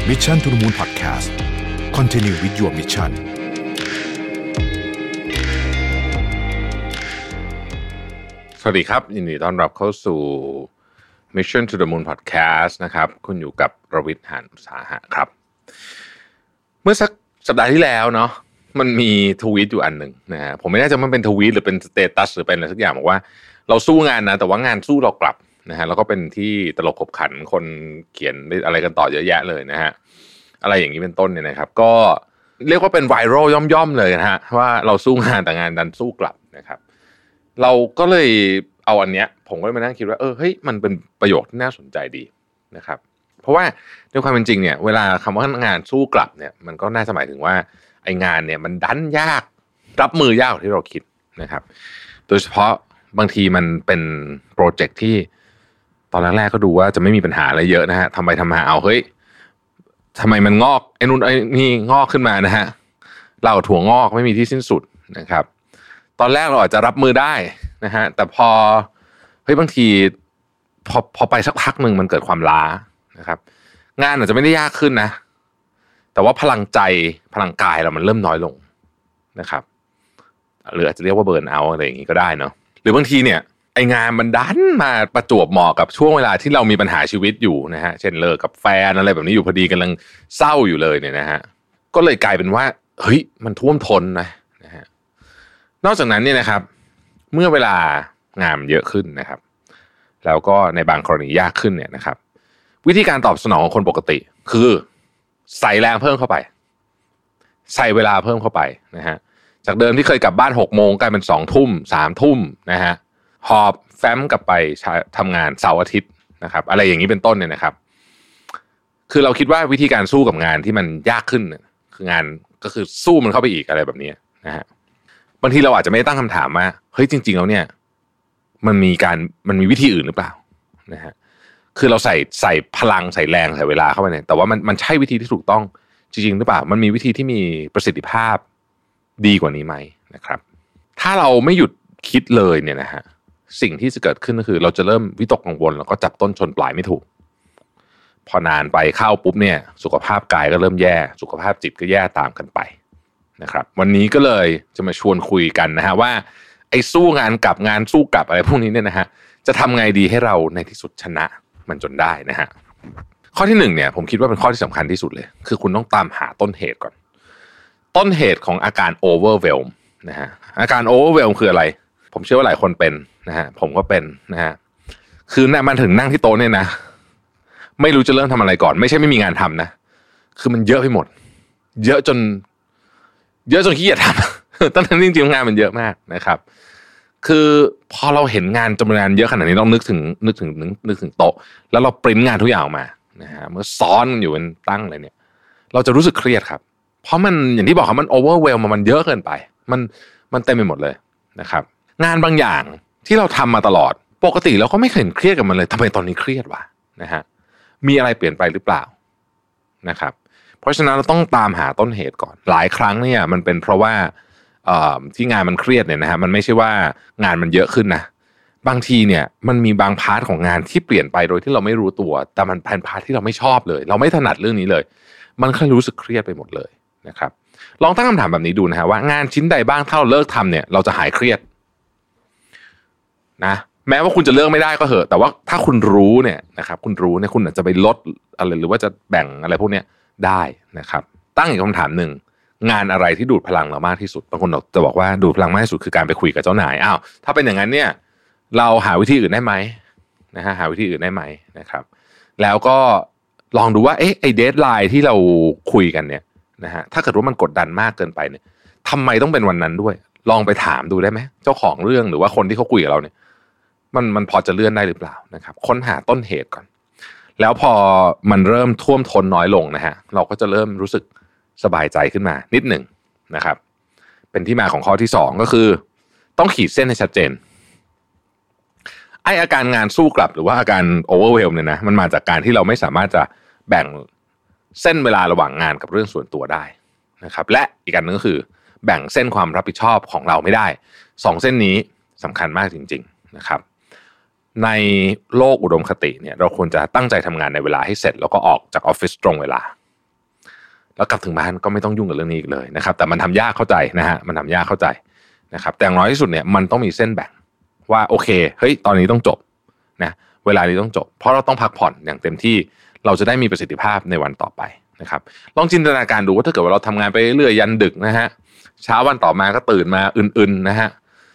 Mission to the Moon Podcast Continue with your mission สวัสดีครับยินดีต้อนรับเข้าสู่ Mission to the Moon Podcast นะครับคุณอยู่กับรวิทย์ หาญอุตสาหะครับเมื่อสักสัปดาห์ที่แล้วเนาะมันมีทวีตอยู่อันหนึ่งนะฮะผมไม่แน่ใจมันเป็นทวีตหรือเป็นสเตตัสหรือเป็นอะไรสักอย่างบอกว่าเราสู้งานนะแต่ว่างานสู้เรากลับนะฮะแล้วก็เป็นที่ตลกขบขันคนเขียนอะไรกันต่อเยอะแยะเลยนะฮะอะไรอย่างนี้เป็นต้นเนี่ยนะครับก็เรียกว่าเป็นไวรัลย่อมๆเลยนะฮะว่าเราสู้งานแต่งานดันสู้กลับนะครับเราก็เลยเอาอันเนี้ยผมก็เลยมานั่งคิดว่าเฮ้ยมันเป็นประโยคที่น่าสนใจดีนะครับเพราะว่าในความเป็นจริงเนี่ยเวลาคำว่างานสู้กลับเนี่ยมันก็น่าจะหมายถึงว่าไอ้งานเนี่ยมันดันยากรับมือยากกว่าที่เราคิดนะครับโดยเฉพาะบางทีมันเป็นโปรเจกต์ที่ตอนแรกๆก็ดูว่าจะไม่มีปัญหาอะไรเยอะนะฮะทำไปทำมาเอาเฮ้ยทำไมมันงอกไอ้นู่นไอ้นี่งอกขึ้นมานะฮะเราถั่วงอกไม่มีที่สิ้นสุดนะครับตอนแรกเราอาจจะรับมือได้นะฮะแต่พอเฮ้ยบางทีพอไปสักพักหนึ่งมันเกิดความล้านะครับงานอาจจะไม่ได้ยากขึ้นนะแต่ว่าพลังใจพลังกายเรามันเริ่มน้อยลงนะครับหรืออาจจะเรียกว่าเบิร์นเอาท์อะไรอย่างงี้ก็ได้เนาะหรือบางทีเนี่ยไองานมันดันมาประจวบเหมาะกับช่วงเวลาที่เรามีปัญหาชีวิตอยู่นะฮะเช่นเลิกกับแฟนอะไรแบบนี้อยู่พอดีกำลังเศร้าอยู่เลยเนี่ยนะฮะก็เลยกลายเป็นว่าเฮ้ยมันท่วมท้นนะฮะนอกจากนั้นเนี่ยนะครับเมื่อเวลางานเยอะขึ้นนะครับแล้วก็ในบางกรณียากขึ้นเนี่ยนะครับวิธีการตอบสนองของคนปกติคือใส่แรงเพิ่มเข้าไปใส่เวลาเพิ่มเข้าไปนะฮะจากเดิมที่เคยกลับบ้าน6 โมงกลายเป็น2 ทุ่ม3 ทุ่มนะฮะหอบแฟ้มกลับไปทำงานเสาร์อาทิตย์นะครับอะไรอย่างนี้เป็นต้นเนี่ยนะครับคือเราคิดว่าวิธีการสู้กับงานที่มันยากขึ้นคืองานก็คือสู้มันเข้าไปอีกอะไรแบบนี้นะฮะบางทีเราอาจจะไม่ได้ตั้งคำถามว่าเฮ้ยจริงๆแล้วเนี่ยมันมีวิธีอื่นหรือเปล่านะฮะคือเราใส่พลังใส่แรงใส่เวลาเข้าไปเนี่ยแต่ว่ามันใช่วิธีที่ถูกต้องจริงๆหรือเปล่ามันมีวิธีที่มีประสิทธิภาพดีกว่านี้ไหมนะครับถ้าเราไม่หยุดคิดเลยเนี่ยนะฮะสิ่งที่จะเกิดขึ้นก็คือเราจะเริ่มวิตกกังวลแล้วก็จับต้นชนปลายไม่ถูกพอนานไปเข้าปุ๊บเนี่ยสุขภาพกายก็เริ่มแย่สุขภาพจิตก็แย่ตามกันไปนะครับวันนี้ก็เลยจะมาชวนคุยกันนะฮะว่าไอ้สู้งานกับงานสู้กลับอะไรพวกนี้เนี่ยนะฮะจะทำไงดีให้เราในที่สุดชนะมันจนได้นะฮะข้อที่1เนี่ยผมคิดว่าเป็นข้อที่สำคัญที่สุดเลยคือคุณต้องตามหาต้นเหตุก่อนต้นเหตุของอาการ overwhelm นะฮะอาการ overwhelm คืออะไรผมเชื่อว่าหลายคนเป็นนะฮะผมก็เป็นนะฮะคือมันถึงนั่งที่โต๊ะเนี่ยนะไม่รู้จะเริ่มทำอะไรก่อนไม่ใช่ไม่มีงานทำนะคือมันเยอะไปหมดเยอะจนขี้เกียจทำตั้งแต่จริงๆงานมันเยอะมากนะครับคือพอเราเห็นงานจำนวนงานเยอะขนาดนี้ต้องนึกถึงโต๊ะแล้วเราปริ้นงานทุกอย่างออกมานะฮะเมื่อซ้อนอยู่เป็นตั้งเลยเนี่ยเราจะรู้สึกเครียดครับเพราะมันอย่างที่บอกครับมันโอเวอร์เวลมันเยอะเกินไปมันเต็มไปหมดเลยนะครับงานบางอย่างที่เราทำมาตลอดปกติเราก็ไม่เคยเครียดกับมันเลยทำไมตอนนี้เครียดวะนะฮะมีอะไรเปลี่ยนไปหรือเปล่านะครับเพราะฉะนั้นเราต้องตามหาต้นเหตุก่อนหลายครั้งเนี่ยมันเป็นเพราะว่าที่งานมันเครียดเนี่ยนะฮะมันไม่ใช่ว่างานมันเยอะขึ้นนะบางทีเนี่ยมันมีบางพาร์ทของงานที่เปลี่ยนไปโดยที่เราไม่รู้ตัวแต่มันเป็นพาร์ทที่เราไม่ชอบเลยเราไม่ถนัดเรื่องนี้เลยมันก็รู้สึกเครียดไปหมดเลยนะครับลองตั้งคำถามแบบนี้ดูนะฮะว่างานชิ้นใดบ้างถ้าเราเลิกทำเนี่ยเราจะหายเครียดนะแม้ว่าคุณจะเลิกไม่ได้ก็เหอะแต่ว่าถ้าคุณรู้เนี่ยนะครับคุณรู้เนี่ยคุณอาจจะไปลดอะไรหรือว่าจะแบ่งอะไรพวกเนี้ยได้นะครับตั้งอีกคำถามหนึ่งงานอะไรที่ดูดพลังเรามากที่สุดบางคนจะบอกว่าดูดพลังมากที่สุดคือการไปคุยกับเจ้านายอ้าวถ้าเป็นอย่างนั้นเนี่ยเราหาวิธีอื่นได้ไหมนะฮะหาวิธีอื่นได้ไหมนะครับแล้วก็ลองดูว่าไอ้เดดไลน์ที่เราคุยกันเนี่ยนะฮะถ้าเกิดว่ามันกดดันมากเกินไปเนี่ยทำไมต้องเป็นวันนั้นด้วยลองไปถามดูได้ไหมเจ้าของเรื่องหรือว่าคนที่เขาคุยกับเราเนี่ยมันพอจะเลื่อนได้หรือเปล่านะครับค้นหาต้นเหตุก่อนแล้วพอมันเริ่มท่วมท้นน้อยลงนะฮะเราก็จะเริ่มรู้สึกสบายใจขึ้นมานิดหนึ่งนะครับเป็นที่มาของข้อที่2ก็คือต้องขีดเส้นให้ชัดเจนอาการงานสู้กลับหรือว่าอาการโอเวอร์เวลเนี่ยนะมันมาจากการที่เราไม่สามารถจะแบ่งเส้นเวลาระหว่างงานกับเรื่องส่วนตัวได้นะครับและอีกอันนึงก็คือแบ่งเส้นความรับผิดชอบของเราไม่ได้2เส้นนี้สำคัญมากจริงๆนะครับในโลกอุดมคติเนี่ยเราควรจะตั้งใจทำงานในเวลาให้เสร็จแล้วก็ออกจากออฟฟิศตรงเวลาแล้วกลับถึงบ้านก็ไม่ต้องยุ่งกับเรื่องนี้อีกเลยนะครับแต่มันทำยากเข้าใจนะฮะมันทำยากเข้าใจนะครับแต่อย่างน้อยที่สุดเนี่ยมันต้องมีเส้นแบ่งว่าโอเคเฮ้ยตอนนี้ต้องจบนะเวลานี้ต้องจบเพราะเราต้องพักผ่อนอย่างเต็มที่เราจะได้มีประสิทธิภาพในวันต่อไปนะครับลองจินตนาการดูว่าถ้าเกิดว่าเราทำงานไปเรื่อยยันดึกนะฮะเช้าวันต่อมาก็ตื่นมาอื่นๆนะฮะ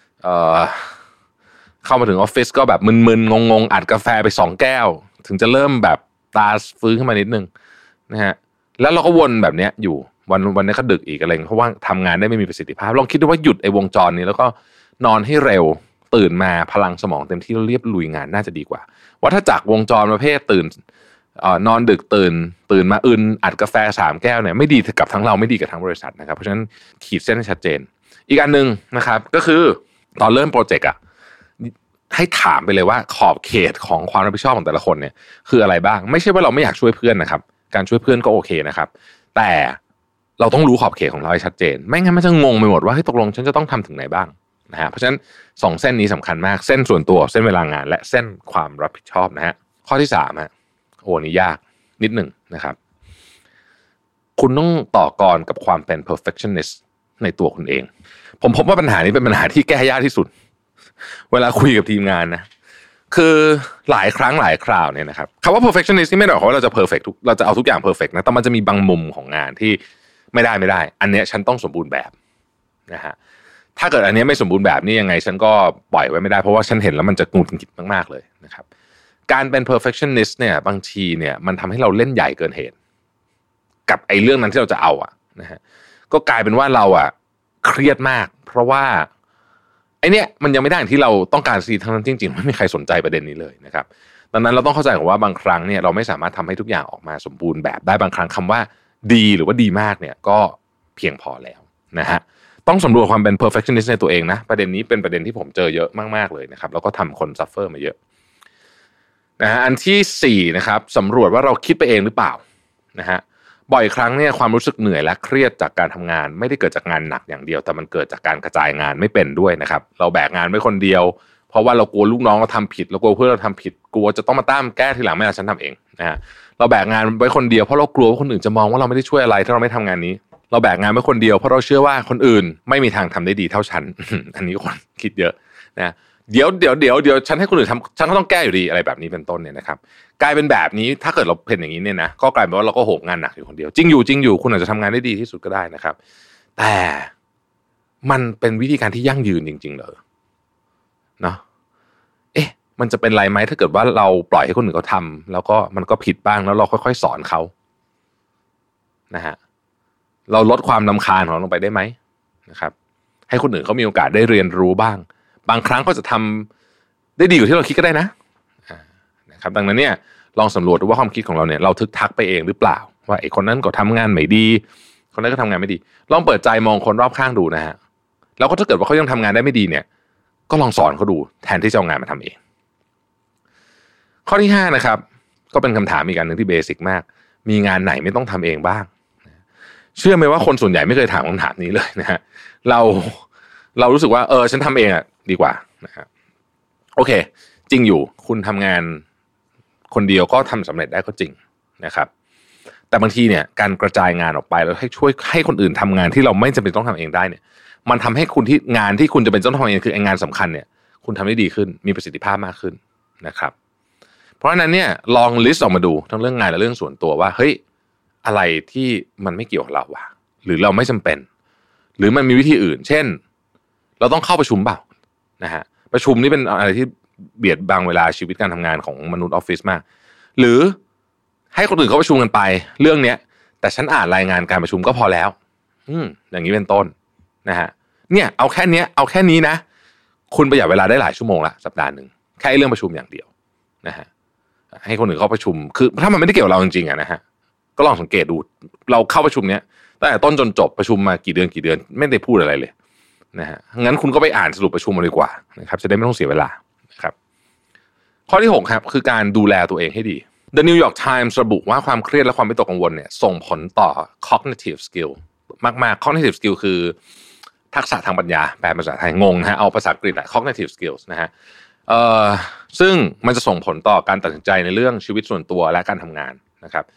เข้ามาถึงออฟฟิศก็แบบมึนๆงงๆอัดกาแฟไป2แก้วถึงจะเริ่มแบบตาฟื้นขึ้นมานิดนึงนะฮะแล้วเราก็วนแบบเนี้ยอยู่วันนี้ก็ดึกอีกอะไรเพราะว่าทำงานได้ไม่มีประสิทธิภาพลองคิดดูว่าหยุดไอ้วงจรนี้แล้วก็นอนให้เร็วตื่นมาพลังสมองเต็มที่แล้วเรียบลุยงานน่าจะดีกว่าว่าถ้าจากวงจรประเภทตื่นนอนดึกตื่นมาอัดกาแฟ3แก้วเนี่ยไม่ดีกับทั้งเราไม่ดีกับทั้งบริษัทนะครับเพราะฉะนั้นขีดเส้นให้ชัดเจนอีกอันนึงนะครับก็คือตอนเริ่มโปรเจกต์ให้ถามไปเลยว่าขอบเขตของความรับผิดชอบของแต่ละคนเนี่ยคืออะไรบ้างไม่ใช่ว่าเราไม่อยากช่วยเพื่อนนะครับการช่วยเพื่อนก็โอเคนะครับแต่เราต้องรู้ขอบเขตของเราให้ชัดเจนไม่งั้นมันจะงงไปหมดว่าเฮ้ยตกลงฉันจะต้องทำถึงไหนบ้างนะฮะเพราะฉะนั้น2เส้นนี้สำคัญมากเส้นส่วนตัวเส้นเวลางานและเส้นความรับผิดชอบนะฮะข้อที่3ฮะโอ้นี่ยากนิดหนึ่งนะครับคุณต้องต่อกรกับความเป็น perfectionist ในตัวคุณเองผมพบว่าปัญหานี้เป็นปัญหาที่แก้ยากที่สุดเวลาคุยกับทีมงานนะคือหลายครั้งหลายคราวเนี่ยนะครับคำว่า perfectionist นี่ไม่ได้หมายความว่าเราจะ perfect เราจะเอาทุกอย่าง perfect นะแต่มันจะมีบางมุมของงานที่ไม่ได้อันเนี้ยฉันต้องสมบูรณ์แบบนะฮะถ้าเกิดอันนี้ไม่สมบูรณ์แบบนี่ยังไงฉันก็ปล่อยไว้ไม่ได้เพราะว่าฉันเห็นแล้วมันจะหงุดหงิดมากๆเลยนะครับการเป็น perfectionist เนี่ยบางทีเนี่ยมันทำให้เราเล่นใหญ่เกินเหตุกับไอ้เรื่องนั้นที่เราจะเอานะฮะก็กลายเป็นว่าเราเครียดมากเพราะว่าไอ้เนี่ยมันยังไม่ได้อย่างที่เราต้องการสิทั้งนั้นจริงๆไม่มีใครสนใจประเด็นนี้เลยนะครับดังนั้นเราต้องเข้าใจว่าบางครั้งเนี่ยเราไม่สามารถทำให้ทุกอย่างออกมาสมบูรณ์แบบได้บางครั้งคำว่าดีหรือว่าดีมากเนี่ยก็เพียงพอแล้วนะฮะต้องสำรวจความเป็น perfectionist ในตัวเองนะประเด็นนี้เป็นประเด็นที่ผมเจอเยอะมากๆเลยนะครับแล้วก็ทำคน suffer มาเยอะนะฮะอันที่4นะครับสำรวจว่าเราคิดไปเองหรือเปล่านะฮะบ่อยครั้งเนี่ยความรู้สึกเหนื่อยและเครียดจากการทำงานไม่ได้เกิดจากงานหนักอย่างเดียวแต่มันเกิดจากการกระจายงานไม่เป็นด้วยนะครับเราแบกงานไว้คนเดียวเพราะว่าเรากลัวลูกน้องเราทำผิดเรากลัวเพื่อนเราทำผิดกลัวจะต้องมาตามแก้ทีหลังไม่เอาฉันทำเองนะฮะเราแบกงานไว้คนเดียวเพราะเรากลัวว่าคนอื่นจะมองว่าเราไม่ได้ช่วยอะไรถ้าเราไม่ทำงานนี้เราแบกงานไว้คนเดียวเพราะเราเชื่อว่าคนอื่นไม่มีทางทำได้ดีเท่าฉัน อันนี้คนคิดเยอะนะเดี๋ยวฉันให้คนอื่นทำฉันก็ต้องแก้อยู่ดีอะไรแบบนี้เป็นต้นเนี่ยนะครับกลายเป็นแบบนี้ถ้าเกิดเราเป็นอย่างนี้เนี่ยนะก็กลายเป็นว่าเราก็โหมงานหนักอยู่คนเดียวจริงอยู่คุณอาจจะทำงานได้ดีที่สุดก็ได้นะครับแต่มันเป็นวิธีการที่ยั่งยืนจริงๆเหรอเนาะมันจะเป็นไรไหมถ้าเกิดว่าเราปล่อยให้คนอื่นเขาทำแล้วก็มันก็ผิดบ้างแล้วเราค่อยๆสอนเขานะฮะเราลดความรำคาญของเราลงไปได้ไหมนะครับให้คนอื่นเขามีโอกาสได้เรียนรู้บ้างบางครั้งก็จะทำได้ดีกว่าที่เราคิดก็ได้นะครับดังนั้นเนี่ยลองสำรวจดูว่าความคิดของเราเนี่ยเราทึกทักไปเองหรือเปล่าว่าไอ้คนนั้นก็ทำงานไม่ดีคนนั้นก็ทำงานไม่ดีลองเปิดใจมองคนรอบข้างดูนะฮะแล้วก็ถ้าเกิดว่าเขายังทำงานได้ไม่ดีเนี่ยก็ลองสอนเขาดูแทนที่จะเอางานมาทำเองข้อที่5นะครับก็เป็นคำถามอีกอันนึงที่เบสิกมากมีงานไหนไม่ต้องทำเองบ้างเชื่อไหมว่าคนส่วนใหญ่ไม่เคยถามคำถามนี้เลยนะฮะเรารู้สึกว่าฉันทำเองดีกว่านะฮะโอเคจริงอยู่คุณทำงานคนเดียวก็ทำสำเร็จได้ก็จริงนะครับแต่บางทีเนี่ยการกระจายงานออกไปแล้วให้ช่วยให้คนอื่นทำงานที่เราไม่จำเป็นต้องทำเองได้เนี่ยมันทำให้คุณที่งานที่คุณจะเป็นต้องทำเองคืองานสำคัญเนี่ยคุณทำได้ดีขึ้นมีประสิทธิภาพมากขึ้นนะครับเพราะฉะนั้นเนี่ยลองลิสต์ออกมาดูทั้งเรื่องงานและเรื่องส่วนตัวว่าเฮ้ยอะไรที่มันไม่เกี่ยวกับเราวะหรือเราไม่จำเป็นหรือมันมีวิธีอื่นเช่นเราต้องเข้าประชุมเปล่านะฮะประชุมนี่เป็นอะไรที่เบียดบังเวลาชีวิตการทำงานของมนุษย์ออฟฟิศมากหรือให้คนอื่นเขาประชุมกันไปเรื่องเนี้ยแต่ฉันอ่านรายงานการประชุมก็พอแล้วอย่างนี้เป็นต้นนะฮะเนี่ยเอาแค่นี้นะคุณประหยัดเวลาได้หลายชั่วโมงละสัปดาห์นึงแค่เรื่องประชุมอย่างเดียวนะฮะให้คนอื่นเข้าประชุมคือถ้ามันไม่ได้เกี่ยวกับเราจริงๆนะฮะก็ลองสังเกตดูเราเข้าประชุมเนี้ยตั้งแต่ต้นจนจบประชุมมากี่เดือนไม่ได้พูดอะไรเลยนะฮะงั้นคุณก็ไปอ่านสรุปประชุมมาดีกว่านะครับจะได้ไม่ต้องเสียเวลานะครับข้อที่6ครับคือการดูแลตัวเองให้ดี The New York Times ระบุว่าความเครียดและความวิตกกังวลเนี่ยส่งผลต่อ cognitive skill มากๆ cognitive skill คือทักษะทางปัญญาแปลภาษาไทยงงนะฮะเอาภาษาอังกฤษcognitive skills นะฮะซึ่งมันจะส่งผลต่อการตัดสินใจในเรื่องชีวิตส่วนตัวและการทำงานนะครับ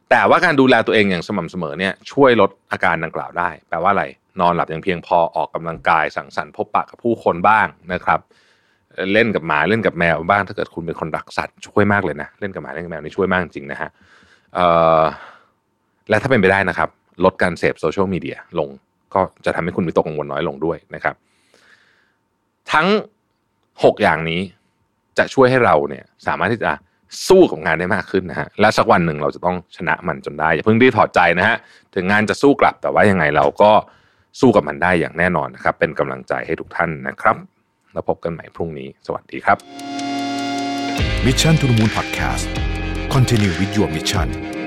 แต่ว่าการดูแลตัวเองอย่างสม่ำเสมอเนี่ยช่วยลดอาการดังกล่าวได้แปลว่าอะไรนอนหลับอย่างเพียงพอออกกำลังกายสังสรรค์พบปะกับผู้คนบ้างนะครับเล่นกับหมาเล่นกับแมวบ้างถ้าเกิดคุณเป็นคนรักสัตว์ช่วยมากเลยนะเล่นกับหมาเล่นกับแมวนี่ช่วยมากจริงนะฮะและถ้าเป็นไปได้นะครับลดการเสพโซเชียลมีเดียลงก็จะทำให้คุณวิตกกังวลน้อยลงด้วยนะครับทั้ง6อย่างนี้จะช่วยให้เราเนี่ยสามารถที่จะสู้กับงานได้มากขึ้นนะฮะและสักวันหนึ่งเราจะต้องชนะมันจนได้อย่าเพิ่งรีบถอดใจนะฮะถึงงานจะสู้กลับแต่ว่ายังไงเราก็สู้กับมันได้อย่างแน่นอนนะครับเป็นกำลังใจให้ทุกท่านนะครับแล้วพบกันใหม่พรุ่งนี้สวัสดีครับ Mission to the Moon Podcast Continue with your mission